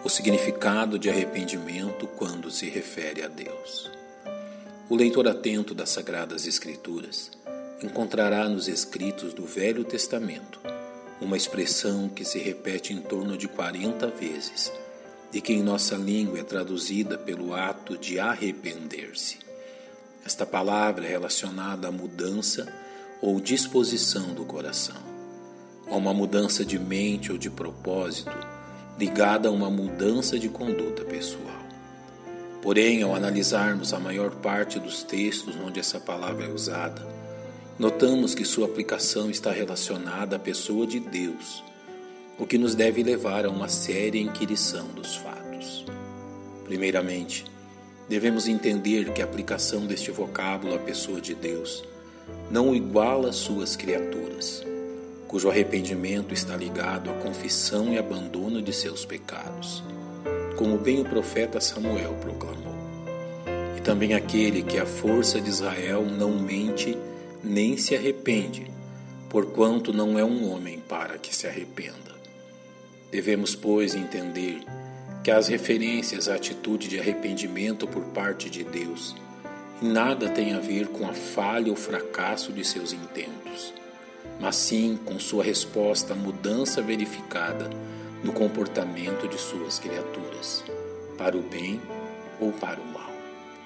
o significado de arrependimento quando se refere a Deus. O leitor atento das Sagradas Escrituras encontrará nos escritos do Velho Testamento uma expressão que se repete em torno de 40 vezes e que em nossa língua é traduzida pelo ato de arrepender-se. Esta palavra é relacionada à mudança ou disposição do coração, a uma mudança de mente ou de propósito ligada a uma mudança de conduta pessoal. Porém, ao analisarmos a maior parte dos textos onde essa palavra é usada, notamos que sua aplicação está relacionada à pessoa de Deus, o que nos deve levar a uma séria inquirição dos fatos. Primeiramente, devemos entender que a aplicação deste vocábulo à pessoa de Deus não o iguala às suas criaturas, cujo arrependimento está ligado à confissão e abandono de seus pecados, como bem o profeta Samuel proclamou. E também aquele que a força de Israel não mente nem se arrepende, porquanto não é um homem para que se arrependa. Devemos, pois, entender que as referências à atitude de arrependimento por parte de Deus em nada têm a ver com a falha ou fracasso de seus intentos, mas sim com sua resposta à mudança verificada no comportamento de suas criaturas, para o bem ou para o mal.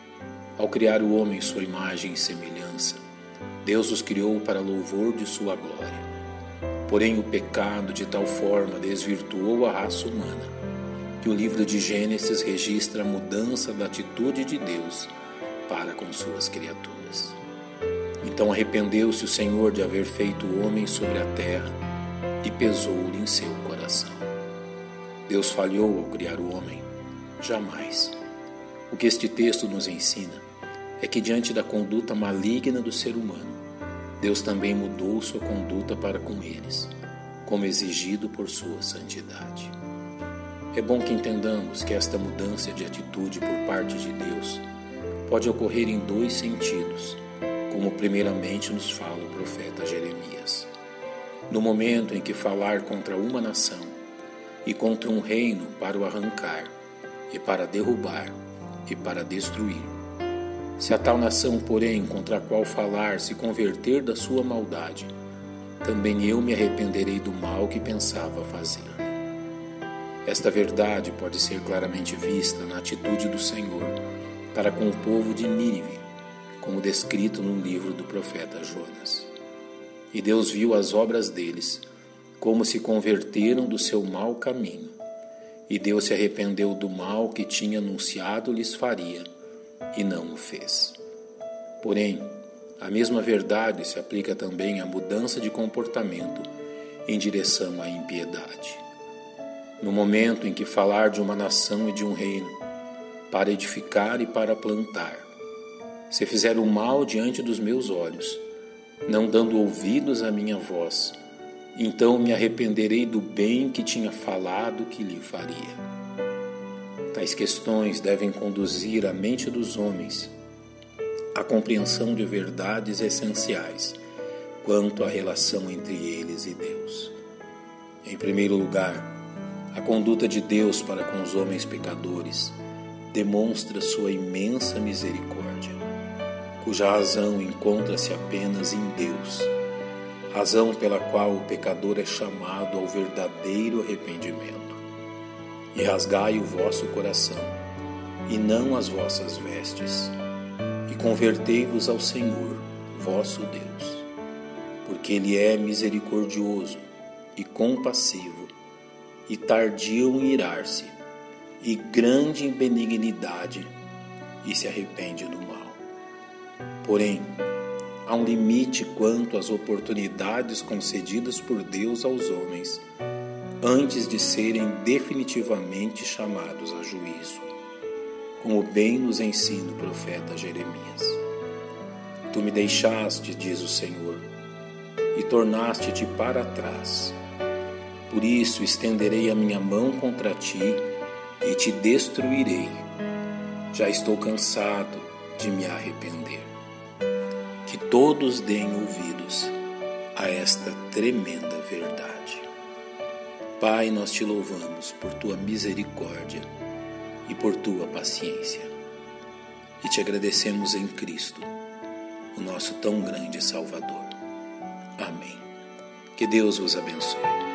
Ao criar o homem em sua imagem e semelhança, Deus os criou para louvor de sua glória. Porém, o pecado de tal forma desvirtuou a raça humana, que o livro de Gênesis registra a mudança da atitude de Deus para com suas criaturas. Então arrependeu-se o Senhor de haver feito o homem sobre a terra e pesou-lhe em seu coração. Deus falhou ao criar o homem? Jamais. O que este texto nos ensina é que diante da conduta maligna do ser humano, Deus também mudou sua conduta para com eles, como exigido por sua santidade. É bom que entendamos que esta mudança de atitude por parte de Deus pode ocorrer em dois sentidos, como primeiramente nos fala o profeta Jeremias. No momento em que falar contra uma nação e contra um reino para o arrancar, e para derrubar, e para destruir. Se a tal nação, porém, contra a qual falar se converter da sua maldade, também eu me arrependerei do mal que pensava fazer. Esta verdade pode ser claramente vista na atitude do Senhor para com o povo de Nínive, como descrito no livro do profeta Jonas. E Deus viu as obras deles, como se converteram do seu mau caminho, e Deus se arrependeu do mal que tinha anunciado lhes faria, e não o fez. Porém, a mesma verdade se aplica também à mudança de comportamento em direção à impiedade. No momento em que falar de uma nação e de um reino, para edificar e para plantar, se fizer o mal diante dos meus olhos, não dando ouvidos à minha voz, então me arrependerei do bem que tinha falado que lhe faria. Tais questões devem conduzir a mente dos homens à compreensão de verdades essenciais quanto à relação entre eles e Deus. Em primeiro lugar, a conduta de Deus para com os homens pecadores demonstra sua imensa misericórdia, cuja razão encontra-se apenas em Deus, razão pela qual o pecador é chamado ao verdadeiro arrependimento. E rasgai o vosso coração, e não as vossas vestes, e convertei-vos ao Senhor, vosso Deus, porque Ele é misericordioso e compassivo, e tardio em irar-se, e grande em benignidade, e se arrepende do mal. Porém, há um limite quanto às oportunidades concedidas por Deus aos homens antes de serem definitivamente chamados a juízo, como bem nos ensina o profeta Jeremias. Tu me deixaste, diz o Senhor, e tornaste-te para trás. Por isso estenderei a minha mão contra ti e te destruirei. Já estou cansado de me arrepender. Que todos deem ouvidos a esta tremenda verdade. Pai, nós te louvamos por tua misericórdia e por tua paciência. E te agradecemos em Cristo, o nosso tão grande Salvador. Amém. Que Deus vos abençoe.